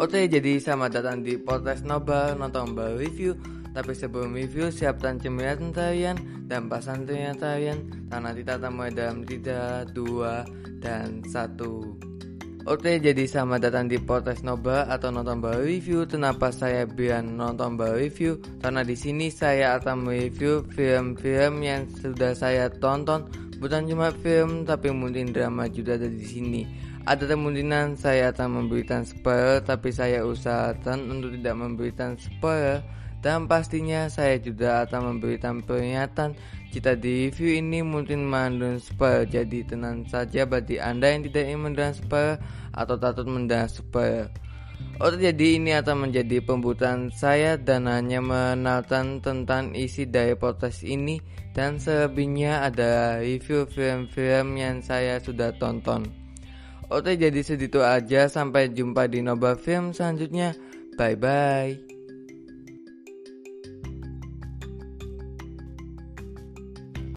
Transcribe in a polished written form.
Oke, jadi selamat datang di podcast Nobar Nonton Baru Review. Tapi sebelum review, siapkan cemilan tarian dan pasannya tarian. Karena kita akan mulai dalam 3, 2, dan 1. Oke, jadi selamat datang di podcast Nobar atau Nonton Baru Review. Kenapa saya bilang Nonton Baru Review? Karena di sini saya akan mereview film-film yang sudah saya tonton. Bukan cuma film, tapi mungkin drama juga ada di sini. Ada kemungkinan saya akan memberikan spoiler, tapi saya usahakan untuk tidak memberikan spoiler. Dan pastinya saya juga akan memberikan peringatan jika di review ini mungkin mengandung spoiler. Jadi tenang saja bagi Anda yang tidak ingin mendengar spoiler atau takut mendengar spoiler. Jadi ini akan menjadi pembukaan saya dan hanya mengenalkan tentang isi dari podcast ini. Dan selebihnya ada review film-film yang saya sudah tonton. Jadi segitu aja, sampai jumpa di Nobar Film selanjutnya. Bye bye.